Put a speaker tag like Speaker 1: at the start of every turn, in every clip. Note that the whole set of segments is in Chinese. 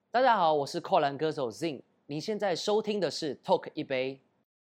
Speaker 1: 大家好，我是跨栏歌手 Zing， 你现在收听的是 Talk 一杯。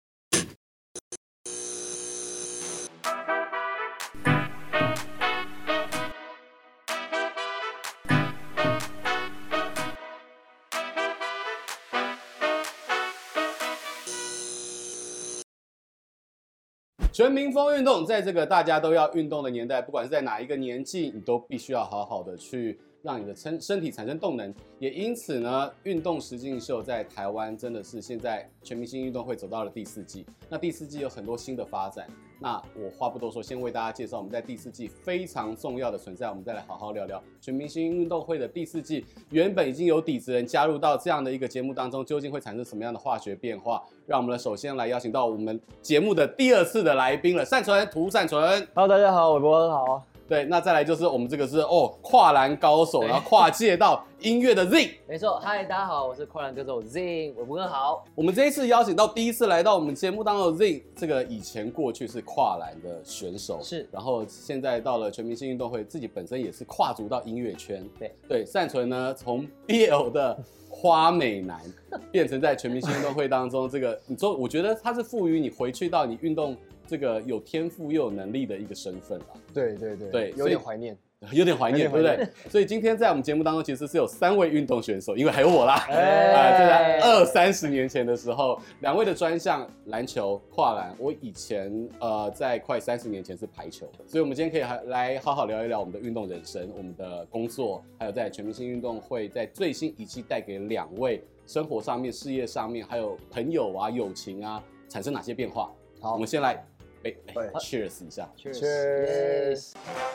Speaker 2: 全民风运动，在这个大家都要运动的年代，不管是在哪一个年纪，你都必须要好好的去让你的身体产生动能。也因此呢，运动实境秀在台湾真的是现在全明星运动会走到了第4季。那第4季有很多新的发展。那我话不多说，先为大家介绍我们在第4季非常重要的存在，我们再来好好聊聊全明星运动会的第4季。原本已经有底子人加入到这样的一个节目当中，究竟会产生什么样的化学变化？让我们首先来邀请到我们节目的第2次的来宾了，善存涂善存。
Speaker 3: Hello， 大家好，我博很好。
Speaker 2: 对，那再来就是我们这个是跨栏高手，然后跨界到音乐的 Z。
Speaker 1: 没错，嗨，大家好，我是跨栏歌手 Zing， 伟博哥好。
Speaker 2: 我们这一次邀请到第1次来到我们节目当中的 Z， 这个以前过去是跨栏的选手，
Speaker 1: 是，
Speaker 2: 然后现在到了全明星运动会，自己本身也是跨足到音乐圈。对，善存呢从 BL 的花美男变成在全明星运动会当中这个，你说我觉得他是赋予你回去到你运动这个有天赋又有能力的一个身份啦。
Speaker 3: 对，有点怀念。
Speaker 2: 有点怀念，对不对？所以今天在我们节目当中，其实是有3位运动选手，因为还有我啦。就在20-30年前的时候，2位的专项篮球、跨栏。我以前在快30年前是排球的，所以我们今天可以来好好聊一聊我们的运动人生、我们的工作，还有在全明星运动会在最新一季带给2位生活上面、事业上面，还有朋友啊、友情啊，产生哪些变化？好，我们先来cheers 一下
Speaker 3: ，Cheers。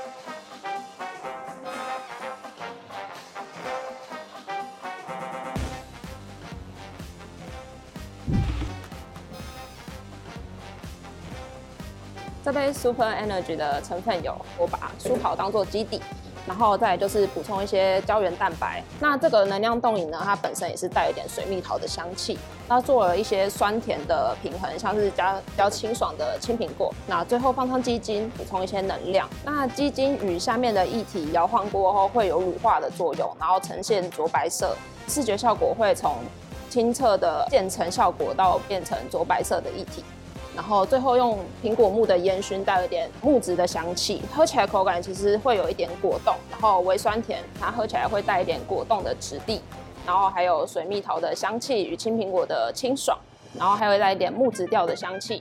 Speaker 4: 这杯 Super Energy 的成分有，我把舒跑当做基底，然后再来就是补充一些胶原蛋白。那这个能量冻饮呢，它本身也是带一点水蜜桃的香气，它做了一些酸甜的平衡，像是加比较清爽的青苹果。那最后放上鸡精，补充一些能量。那鸡精与下面的液体摇晃过后，会有乳化的作用，然后呈现着白色，视觉效果会从清澈的渐层效果到变成着白色的液体。然后最后用苹果木的烟熏，带有一点木质的香气，喝起来口感其实会有一点果冻，然后微酸甜，它喝起来会带一点果冻的质地，然后还有水蜜桃的香气与青苹果的清爽，然后还会带一点木质调的香气。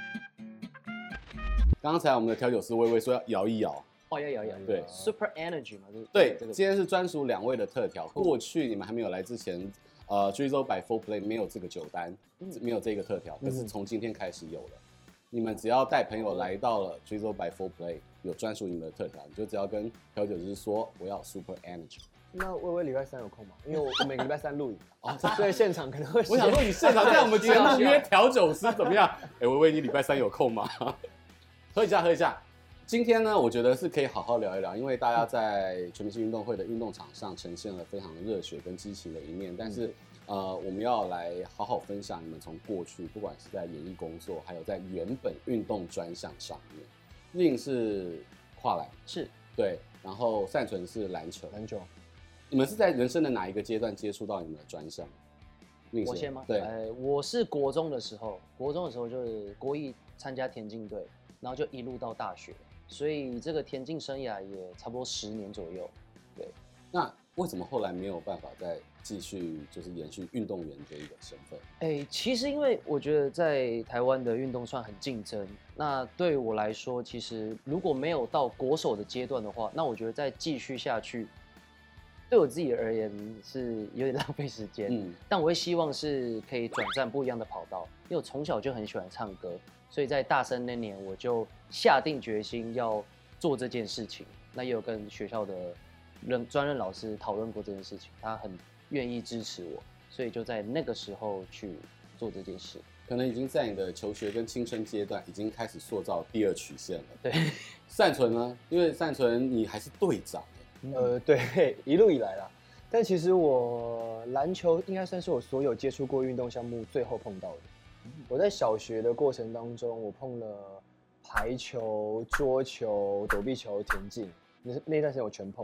Speaker 2: 刚才我们的调酒师微微说要摇一摇，
Speaker 1: 要，
Speaker 2: 对
Speaker 1: ，Super Energy 嘛，
Speaker 2: 对，今天是专属2位的特调。过去你们还没有来之前，Drizzle by 4Play 没有这个酒单，没有这个特调，可是从今天开始有了。你们只要带朋友来到了 Drizzle by 4Play， 有专属你们的特调，你就只要跟调酒师说我要 Super Energy。
Speaker 3: 那微微礼拜3有空吗？因为我每个礼拜3录影所以现场可能会。
Speaker 2: 我想说你现场在我们节目约调酒师怎么样？微微，你礼拜3有空吗？喝一下。今天呢，我觉得是可以好好聊一聊，因为大家在全明星运动会的运动场上呈现了非常热血跟激情的一面，但是我们要来好好分享你们从过去，不管是在演艺工作，还有在原本运动专项上面。Zing 是跨栏，
Speaker 1: 是
Speaker 2: 对，然后善存是篮球。你们是在人生的哪一个阶段接触到你们的专项？
Speaker 1: 我先吗？
Speaker 2: 对，
Speaker 1: 我是国中的时候就是国一参加田径队，然后就一路到大学。所以这个田径生涯也差不多10年左右，对。
Speaker 2: 那为什么后来没有办法再继续就是延续运动员这一个身份？
Speaker 1: 其实因为我觉得在台湾的运动算很竞争，那对我来说，其实如果没有到国手的阶段的话，那我觉得再继续下去，对我自己而言是有点浪费时间。但我会希望是可以转战不一样的跑道，因为我从小就很喜欢唱歌。所以在大三那年，我就下定决心要做这件事情。那也有跟学校的专任老师讨论过这件事情，他很愿意支持我，所以就在那个时候去做这件事。
Speaker 2: 可能已经在你的求学跟青春阶段，已经开始塑造第2曲线了。
Speaker 1: 对，
Speaker 2: 善存呢？因为善存你还是队长。
Speaker 3: 对，一路以来啦。但其实我篮球应该算是我所有接触过运动项目最后碰到的。我在小学的过程当中，我碰了排球、桌球、躲避球、田径，那段时间我全碰了。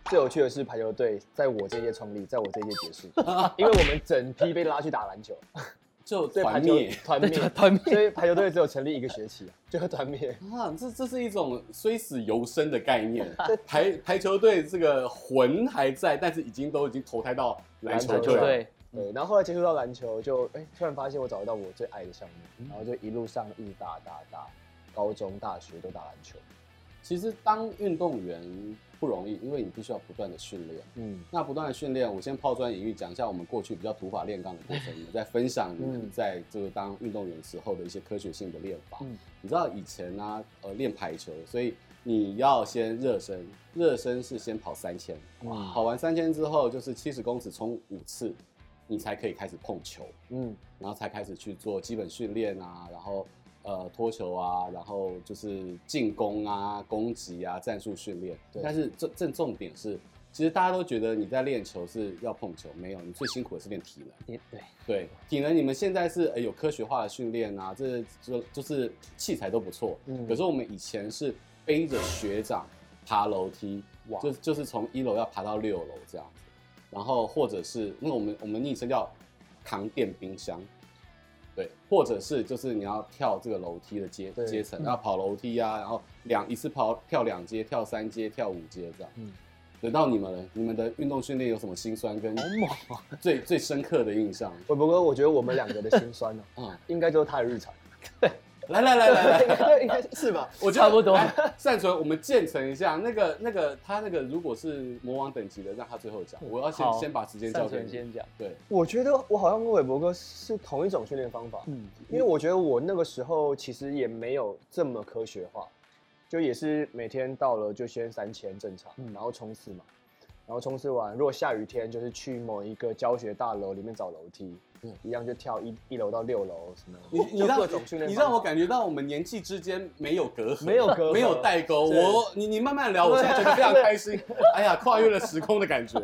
Speaker 3: 最有趣的是排球队在我这一届创立，在我这一届结束，因为我们整批被拉去打篮球，
Speaker 2: 就
Speaker 3: 所以排球
Speaker 2: 团灭
Speaker 3: 团灭，所以排球队只有成立1个学期就会团灭。
Speaker 2: 啊！这是一种虽死犹生的概念。排球队这个魂还在，但是已经投胎到篮球队。
Speaker 3: 对，然后后来接触到篮球，就突然发现我找得到我最爱的项目，然后就一路上日打，高中、大学都打篮球。
Speaker 2: 其实当运动员不容易，因为你必须要不断的训练。那不断的训练，我先抛砖引玉，讲一下我们过去比较土法炼钢的过程，在分享你在这个当运动员时候的一些科学性的练法。你知道以前呢，练排球，所以你要先热身，热身是先跑3000，跑完3000之后就是70公尺冲5次，你才可以开始碰球，然后才开始去做基本训练啊，然后脱球啊，然后就是进攻啊、攻击啊、战术训练。但是正重点是，其实大家都觉得你在练球是要碰球，没有，你最辛苦的是练体能。对，体能你们现在是有科学化的训练啊，这就是器材都不错。可是我们以前是背着学长爬楼梯，就是从1楼要爬到6楼这样子，然后或者是那我们昵称叫扛电冰箱。对，或者是就是你要跳这个楼梯的阶层，要跑楼梯啊，然后一次跳2阶、跳3阶、跳5阶这样。等到你们的运动训练有什么辛酸跟最深刻的印象？
Speaker 3: 伟博哥，我觉得我们2个的辛酸呢，应该就是他的日常。对，
Speaker 2: 来，
Speaker 3: 应该是吧？
Speaker 2: 我觉得差不多。善存，我们渐层一下，他那个如果是魔王等级的，让他最后讲。我要先把时间交给你。
Speaker 1: 先讲。
Speaker 3: 对，我觉得我好像跟伟博哥是同一种训练方法。因为我觉得我那个时候其实也没有这么科学化，就也是每天到了就先3000正常，然后冲刺嘛。然后冲刺完，如果下雨天，就是去某一个教学大楼里面找楼梯，一样就跳一楼到6楼什么。
Speaker 2: 你
Speaker 3: 各种训练，
Speaker 2: 你让我感觉到我们年纪之间没有隔阂，
Speaker 3: 没有
Speaker 2: 代沟。你慢慢聊，我现在觉得非常开心。哎呀，跨越了时空的感觉。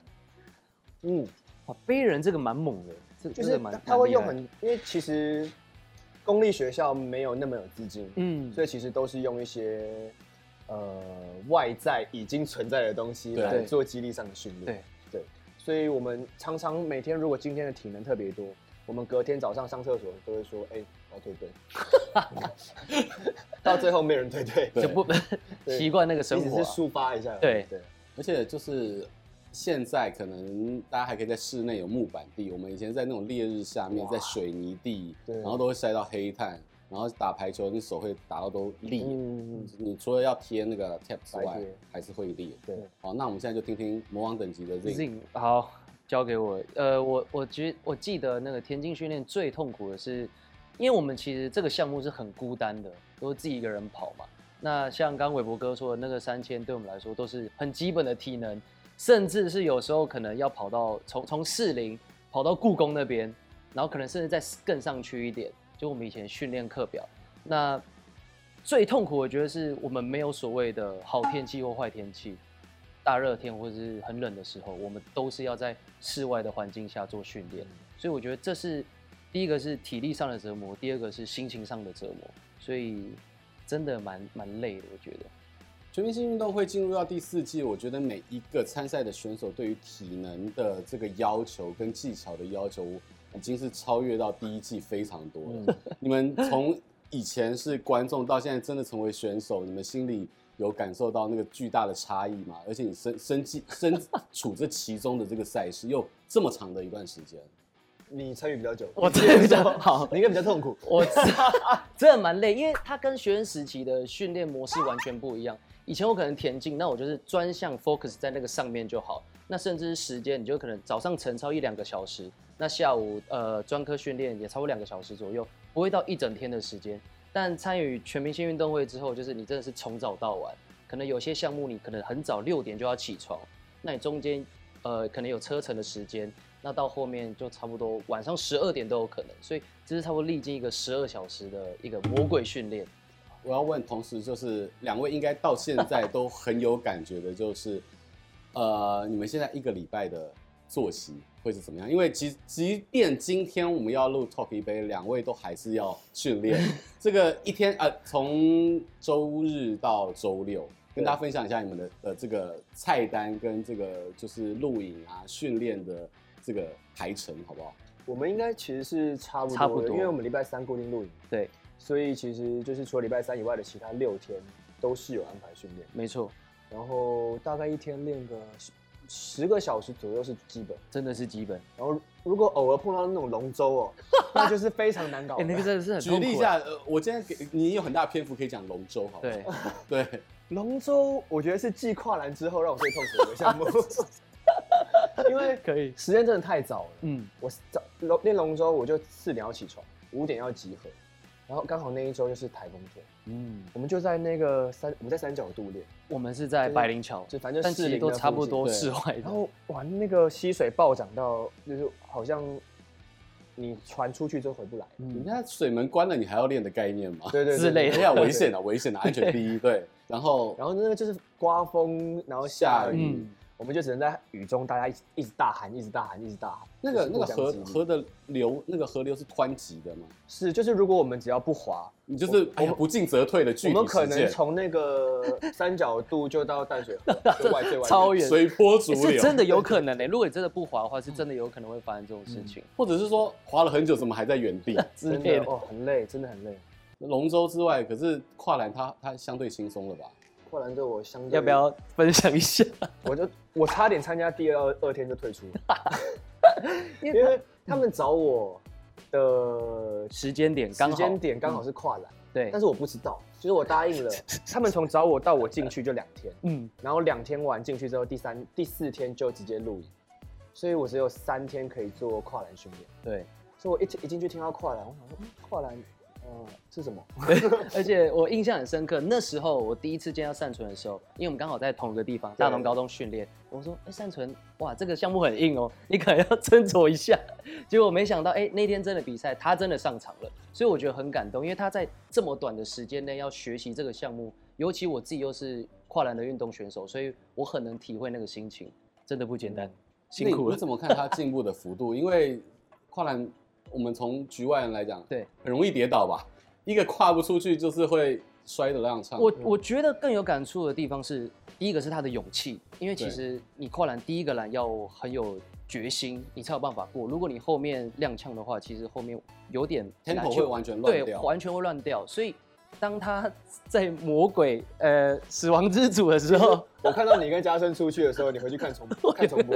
Speaker 1: 哇，背人这个蛮猛的，
Speaker 3: 就是他会用因为其实公立学校没有那么有资金，所以其实都是用一些外在已经存在的东西来做肌力上的训练。对，所以我们常常每天如果今天的体能特别多，我们隔天早上上厕所都会说，我要退队。到最后没人退队，
Speaker 1: 就不习惯那个生活，
Speaker 3: 只是抒发一下。
Speaker 1: 对，
Speaker 2: 而且就是现在可能大家还可以在室内有木板地，我们以前在那种烈日下面，在水泥地，然后都会晒到黑炭。然后打排球，你手会打到都裂。你除了要贴那个 tap 之外，还是会裂。对，好，那我们现在就听听魔王等级的 Zing。
Speaker 1: 好，交给我。我记得那个田径训练最痛苦的是，因为我们其实这个项目是很孤单的，都是自己一个人跑嘛。那像刚伟博哥说的那个3000，对我们来说都是很基本的体能，甚至是有时候可能要跑到从士林跑到故宫那边，然后可能甚至再更上去一点。就我们以前训练课表，那最痛苦我觉得是我们没有所谓的好天气或坏天气，大热天或者是很冷的时候，我们都是要在室外的环境下做训练，所以我觉得这是第一个是体力上的折磨，第二个是心情上的折磨，所以真的蛮累的，我觉得。
Speaker 2: 全明星运动会进入到第4季，我觉得每一个参赛的选手对于体能的这个要求跟技巧的要求，已经是超越到第1季非常多了。你们从以前是观众到现在真的成为选手，你们心里有感受到那个巨大的差异吗？而且你身处这其中的这个赛事又这么长的一段时间，
Speaker 3: 你参与比较久，
Speaker 1: 我参与比较好，
Speaker 3: 你应该比较痛苦。
Speaker 1: 我真的蛮累，因为它跟学生时期的训练模式完全不一样。以前我可能田径，那我就是专项 focus 在那个上面就好。那甚至是时间，你就可能早上晨操1-2个小时，那下午专科训练也超过2个小时左右，不会到一整天的时间。但参与全明星运动会之后，就是你真的是从早到晚，可能有些项目你可能很早6点就要起床，那你中间可能有车程的时间，那到后面就差不多晚上12点都有可能，所以这是差不多历经一个12小时的一个魔鬼训练。
Speaker 2: 我要问，同时就是2位应该到现在都很有感觉的，就是你们现在1个礼拜的作息会是怎么样？因为即便今天我们要录 Talk 一杯，2位都还是要训练。这个一天从周日到周六， 跟大家分享一下你们的这个菜单跟这个就是录影啊、训练的这个排程，好不好？
Speaker 3: 我们应该其实是差不多的，因为我们礼拜3固定录影，
Speaker 1: 对，
Speaker 3: 所以其实就是除了礼拜3以外的其他6天都是有安排训练，
Speaker 1: 没错。
Speaker 3: 然后大概一天练个10个小时左右是基本，
Speaker 1: 真的是基本。
Speaker 3: 然后如果偶尔碰到那种龙舟哦，那就是非常难搞。
Speaker 1: 那个真的是很痛苦。
Speaker 2: 举例一下，我今天给你有很大篇幅可以讲龙舟，好不好？对，
Speaker 3: 龙舟我觉得是继跨栏之后让我最痛苦的项目。因为
Speaker 1: 可以
Speaker 3: 时间真的太早了。我练龙舟我就4点要起床，5点要集合，然后刚好那一周就是台风天。我们就在那个我们在三角渡练，
Speaker 1: 我们是在百灵桥，
Speaker 3: 就反正
Speaker 1: 但其实都差不多室外的。
Speaker 3: 然后哇，那个溪水暴涨到就是好像你船出去之后回不来。
Speaker 2: 人家水门关了，你还要练的概念嘛？
Speaker 3: 对
Speaker 1: 之类的。
Speaker 2: 哎呀，危险啊，危险啊，安全第一。对，然后
Speaker 3: 那个就是刮风，然后下雨。我们就只能在雨中，大家一直大喊，一直大喊，一直大喊。
Speaker 2: 那个河的流，那个河流是湍急的吗？
Speaker 3: 是，就是如果我们只要不滑，
Speaker 2: 你就是不进则退的距离。
Speaker 3: 我们可能从那个三角渡就到淡水河最外
Speaker 1: 超远，
Speaker 2: 随波逐流。
Speaker 1: 真的有可能如果你真的不滑的话，是真的有可能会发生这种事情，
Speaker 2: 或者是说滑了很久，怎么还在原地
Speaker 1: 之类的。
Speaker 3: 很累，真的很累。
Speaker 2: 龙舟之外，可是跨栏它相对轻松了吧？
Speaker 3: 跨栏对我相对
Speaker 1: 要不要分享一下？
Speaker 3: 我差点参加第二天就退出了，因为他们找我的
Speaker 1: 时间点
Speaker 3: 刚好是跨栏，
Speaker 1: 对，
Speaker 3: 但是我不知道，就是我答应了，他们从找我到我进去就2天，然后2天完进去之后，第4天就直接录影，所以我只有3天可以做跨栏训练，
Speaker 1: 对，
Speaker 3: 所以我一进去听到跨栏，我想说跨栏。是什么？
Speaker 1: 而且我印象很深刻，那时候我第一次见到善存的时候，因为我们刚好在同一个地方，大同高中训练。我说：“善存，哇，这个项目很硬哦，你可能要斟酌一下。”结果没想到，那天真的比赛，他真的上场了，所以我觉得很感动，因为他在这么短的时间内要学习这个项目，尤其我自己又是跨栏的运动选手，所以我很能体会那个心情，真的不简单，辛苦了。
Speaker 2: 你怎么看他进步的幅度？因为跨栏。我们从局外人来讲，
Speaker 1: 对，
Speaker 2: 很容易跌倒吧？一个跨不出去，就是会摔得踉跄。
Speaker 1: 我觉得更有感触的地方是，第一个是他的勇气，因为其实你跨栏第一个栏要很有决心，你才有办法过。如果你后面踉跄的话，其实后面有点
Speaker 2: tempo 会完全乱掉，
Speaker 1: 对，完全会乱掉。所以当他在魔鬼死亡之组的时候，
Speaker 3: 我看到你跟嘉生出去的时候，你回去看重播。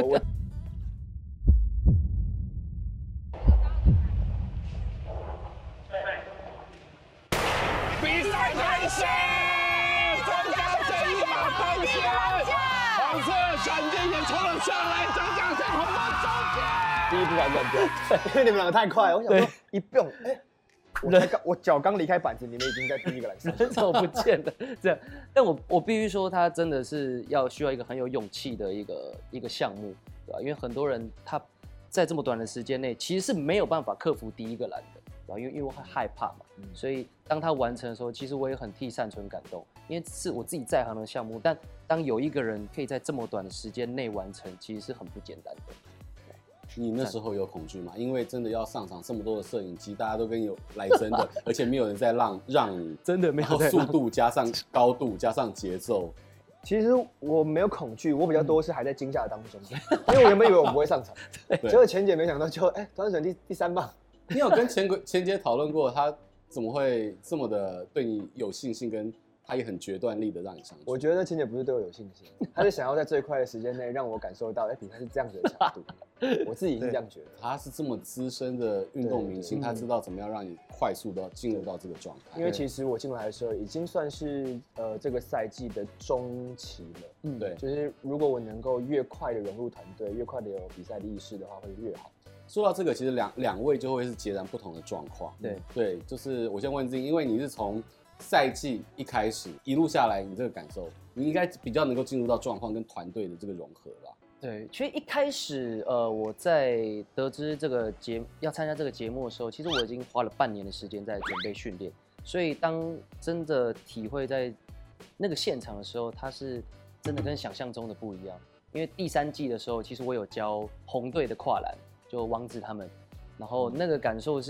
Speaker 5: 比赛开始，庄家胜一马当先，黄色闪电也冲了上来，庄家胜红到中间。
Speaker 3: 第一步敢乱掉，因为你们两个太快，我想说一蹦，我脚刚离开板子，你们已经在第一个栏上，
Speaker 1: 人手不见了。这样，但我必须说，他真的是需要一个很有勇气的一个项目，对吧？因为很多人他在这么短的时间内，其实是没有办法克服第一个栏的。因为我很害怕嘛，所以当他完成的时候，其实我也很替善存感动，因为是我自己在行的项目，但当有一个人可以在这么短的时间内完成，其实是很不简单的。
Speaker 2: 你那时候有恐惧吗？因为真的要上场这么多的摄影机，大家都跟你来真的，而且没有人在让你，
Speaker 1: 真的没有在
Speaker 2: 速度加上高度加上节奏。
Speaker 3: 其实我没有恐惧，我比较多是还在惊吓当中，因为我原本以为我不会上场，结果钱姐没想到就团选第3棒。
Speaker 2: 你有跟钱姐讨论过，她怎么会这么的对你有信心，跟她也很决断力的让你上去？
Speaker 3: 我觉得钱姐不是对我有信心，她是想要在最快的时间内让我感受到，比赛是这样子的强度。我自己是这样觉得。
Speaker 2: 她是这么资深的运动明星，她知道怎么样让你快速的进入到这个状态。
Speaker 3: 因为其实我进来的时候已经算是这个赛季的中期了。
Speaker 2: 对，
Speaker 3: 就是如果我能够越快的融入团队，越快的有比赛的意识的话，会越好。
Speaker 2: 说到这个，其实两位就会是截然不同的状况。对，就是我先问Zing，因为你是从赛季一开始一路下来，你这个感受，你应该比较能够进入到状况跟团队的这个融合吧？
Speaker 1: 对，其实一开始我在得知这个要参加这个节目的时候，其实我已经花了半年的时间在准备训练，所以当真的体会在那个现场的时候，它是真的跟想象中的不一样。因为第3季的时候，其实我有教红队的跨栏。就王子他们，然后那个感受是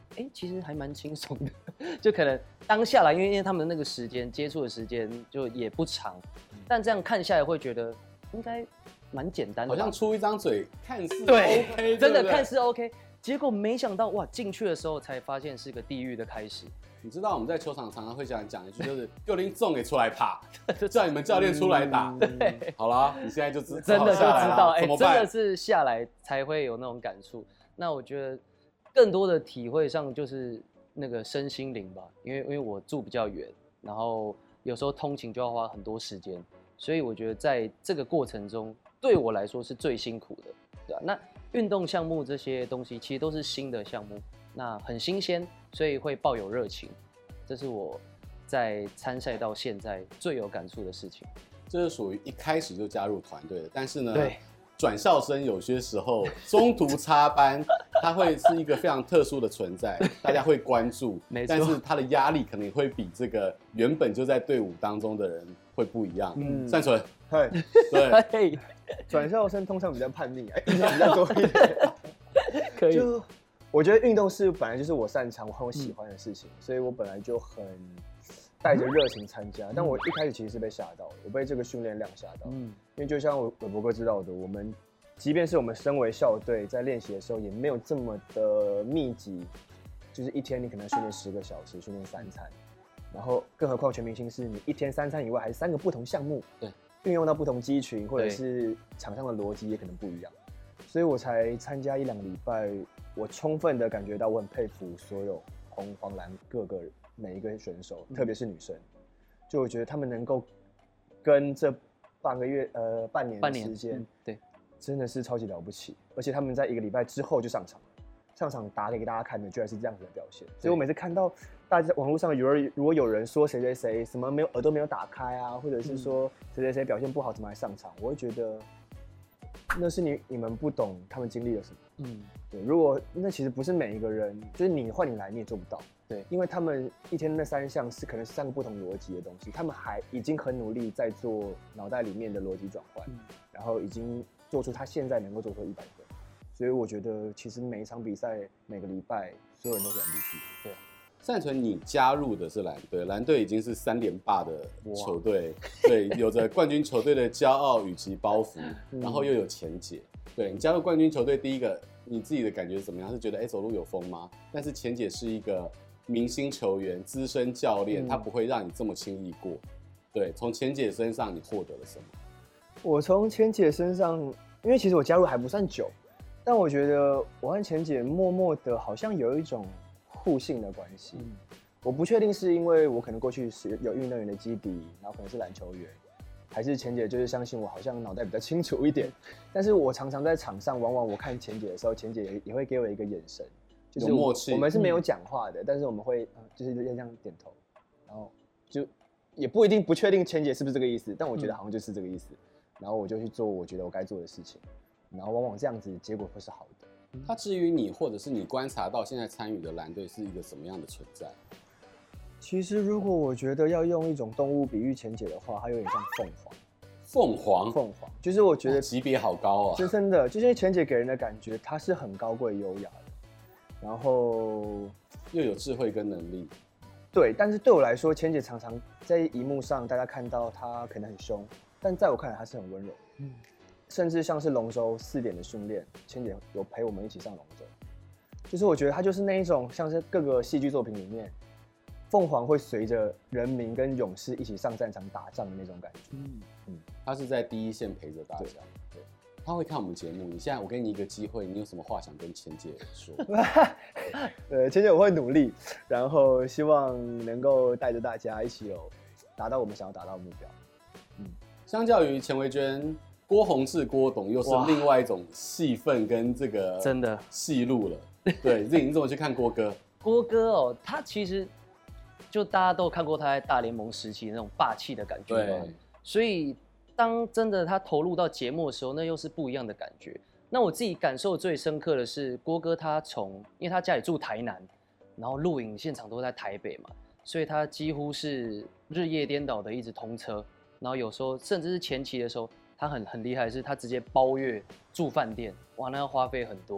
Speaker 1: 其实还蛮轻松的，就可能当下来，因为他们那个时间接触的时间就也不长，但这样看下来会觉得应该蛮简单的，
Speaker 2: 好像出一张嘴看似
Speaker 1: 对
Speaker 2: OK，
Speaker 1: 真的看似 OK， 结果没想到哇，进去的时候才发现是个地狱的开始。
Speaker 2: 你知道我们在球场常常会讲一句，就是“丢林纵给出来爬”，叫你们教练出来打。
Speaker 1: 对，
Speaker 2: 好啦，你现在就
Speaker 1: 真的就知道，真的是下来才会有那种感触。那我觉得更多的体会上就是那个身心灵吧，因为我住比较远，然后有时候通勤就要花很多时间，所以我觉得在这个过程中，对我来说是最辛苦的，对吧？那运动项目这些东西其实都是新的项目，那很新鲜，所以会抱有热情，这是我在参赛到现在最有感触的事情。
Speaker 2: 这是属于一开始就加入团队的，但是呢，
Speaker 1: 对，
Speaker 2: 转校生有些时候中途插班，他会是一个非常特殊的存在，大家会关注，
Speaker 1: 没错，
Speaker 2: 但是他的压力可能也会比这个原本就在队伍当中的人会不一样。善存，
Speaker 3: 对，转校生通常比较叛逆，印象比较多一点。
Speaker 1: 可以，
Speaker 3: 就我觉得运动是本来就是我擅长、我很喜欢的事情，所以我本来就很带着热情参加。但我一开始其实是被吓到，我被这个训练量吓到。因为就像韦伯哥知道的，我们即便是我们身为校队，在练习的时候也没有这么的密集，就是一天你可能训练10个小时，训练3餐，然后更何况全明星是你一天3餐以外还是3个不同项目，
Speaker 1: 对，
Speaker 3: 运用到不同肌群或者是场上的逻辑也可能不一样，所以我才参加1-2个礼拜，我充分的感觉到我很佩服所有红黄蓝每一个选手，特别是女生，就我觉得他们能够跟这半年的时间，
Speaker 1: 对，真
Speaker 3: 的是超级了不起，而且他们在1个礼拜之后就上场打给大家看的，居然是这样子的表现。所以我每次看到大家网络上如果有人说谁什么耳朵没有打开啊，或者是说谁表现不好怎么还上场，我会觉得那是你们不懂他们经历了什么。对，如果那其实不是每一个人，就是你换你来你也做不到。对，因为他们一天那3项是可能是3个不同逻辑的东西，他们还已经很努力在做脑袋里面的逻辑转换，然后已经做出他现在能够做出100分。所以我觉得其实每一场比赛每个礼拜所有人都是 MVP。对啊，
Speaker 2: 善存你加入的是蓝队，蓝队已经是3连霸的球队，对，有着冠军球队的骄傲与其包袱，然后又有钱姐。对，你加入冠军球队，第一个你自己的感觉是怎么样？是觉得走路有风吗？但是钱姐是一个明星球员、资深教练，她不会让你这么轻易过。对，从钱姐身上你获得了什么？
Speaker 3: 我从钱姐身上，因为其实我加入还不算久，但我觉得我和钱姐默默的好像有一种互信的关系。我不确定是因为我可能过去是有运动员的基底，然后可能是篮球员，还是钱姐就是相信我好像脑袋比较清楚一点。但是我常常在场上，往往我看钱姐的时候，钱姐也会给我一个眼神，就是
Speaker 2: 有默契。
Speaker 3: 我们是没有讲话的，但是我们会就是这样点头，然后就也不一定不确定钱姐是不是这个意思，但我觉得好像就是这个意思。然后我就去做我觉得我该做的事情，然后往往这样子结果会是好的。
Speaker 2: 它至于你，或者是你观察到现在参与的蓝队是一个什么样的存在？
Speaker 3: 其实如果我觉得要用一种动物比喻钱姐的话，它有点像凤凰。
Speaker 2: 凤凰，
Speaker 3: 就是我觉得
Speaker 2: 级别好高啊！
Speaker 3: 就真的，就是因为钱姐给人的感觉，她是很高贵优雅的，然后
Speaker 2: 又有智慧跟能力。
Speaker 3: 对，但是对我来说，钱姐常常在荧幕上大家看到她可能很凶，但在我看来她是很温柔。甚至像是龙舟4点的训练，钱姐有陪我们一起上龙舟，就是我觉得她就是那一种像是各个戏剧作品里面，凤凰会随着人民跟勇士一起上战场打仗的那种感觉。
Speaker 2: 他是在第一线陪着大家。对，他会看我们节目。你现在我给你一个机会，你有什么话想跟钱姐说？
Speaker 3: 钱姐我会努力，然后希望能够带着大家一起达到我们想要达到的目标。
Speaker 2: 相较于钱维娟，郭宏志、郭董又是另外一种戏份跟这个
Speaker 1: 真的
Speaker 2: 戏路了。对，你怎么去看郭哥？
Speaker 1: 郭哥哦，他其实就大家都看过他在大联盟时期那种霸气的感觉嘛，所以当真的他投入到节目的时候，那又是不一样的感觉。那我自己感受最深刻的是郭哥，因为他家里住台南，然后录影现场都在台北嘛，所以他几乎是日夜颠倒的一直通车，然后有时候甚至是前期的时候，他很厉害的是他直接包月住饭店，哇，那要花费很多。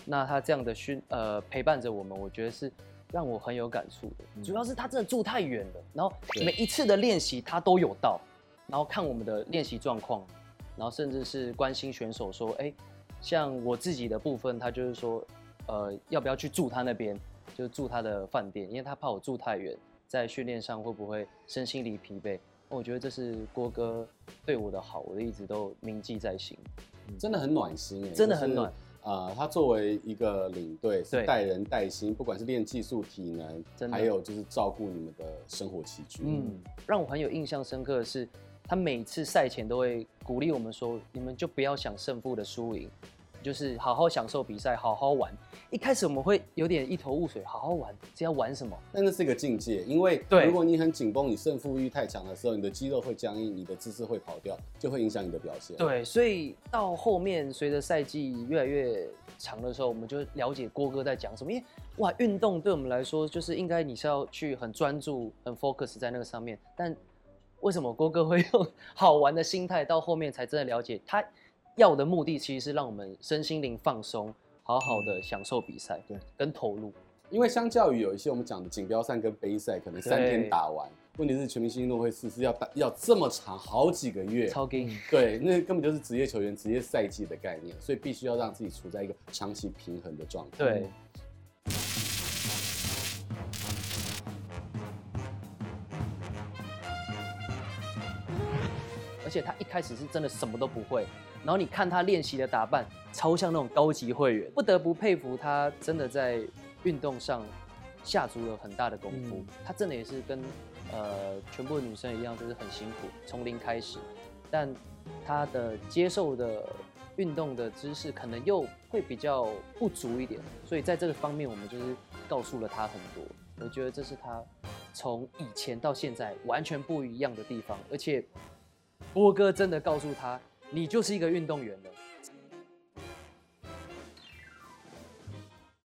Speaker 1: 那他这样的陪伴着我们，我觉得是让我很有感触的。主要是他真的住太远了，然后每一次的练习他都有到，然后看我们的练习状况，然后甚至是关心选手说，像我自己的部分，他就是说，要不要去住他那边，就是住他的饭店，因为他怕我住太远，在训练上会不会身心里疲惫。我觉得这是郭哥对我的好，我一直都铭记在心。
Speaker 2: 真的很暖心
Speaker 1: 真的很暖。
Speaker 2: 他作为一个领队，是带人带心，不管是练技术、体能，还有就是照顾你们的生活起居。
Speaker 1: 让我很有印象深刻的是，他每次赛前都会鼓励我们说：“你们就不要想胜负的输赢，就是好好享受比赛，好好玩。”一开始我们会有点一头雾水，好好玩，这要玩什么？
Speaker 2: 但那是一个境界，因为如果你很紧绷，你胜负欲太强的时候，你的肌肉会僵硬，你的姿势会跑掉，就会影响你的表现。
Speaker 1: 对，所以到后面随着赛季越来越长的时候，我们就了解郭哥在讲什么。因为哇，运动对我们来说，就是应该你是要去很专注、很 focus 在那个上面，但为什么郭哥会用好玩的心态，到后面才真的了解他要的目的，其实是让我们身心灵放松。好好的享受比赛，对，跟投入。
Speaker 2: 因为相较于有一些我们讲的锦标赛跟杯赛，可能3天打完，问题是全明星运动会是要这么长，好几个月，
Speaker 1: 超硬。
Speaker 2: 对，那根本就是职业球员、职业赛季的概念，所以必须要让自己处在一个长期平衡的状态。
Speaker 1: 对。而且他一开始是真的什么都不会，然后你看他练习的打扮，超像那种高级会员，不得不佩服他，真的在运动上下足了很大的功夫。他真的也是跟全部的女生一样，就是很辛苦，从零开始，但他的接受的运动的知识可能又会比较不足一点，所以在这个方面，我们就是告诉了他很多。我觉得这是他从以前到现在完全不一样的地方，而且郭哥真的告诉他，你就是一个运动员了。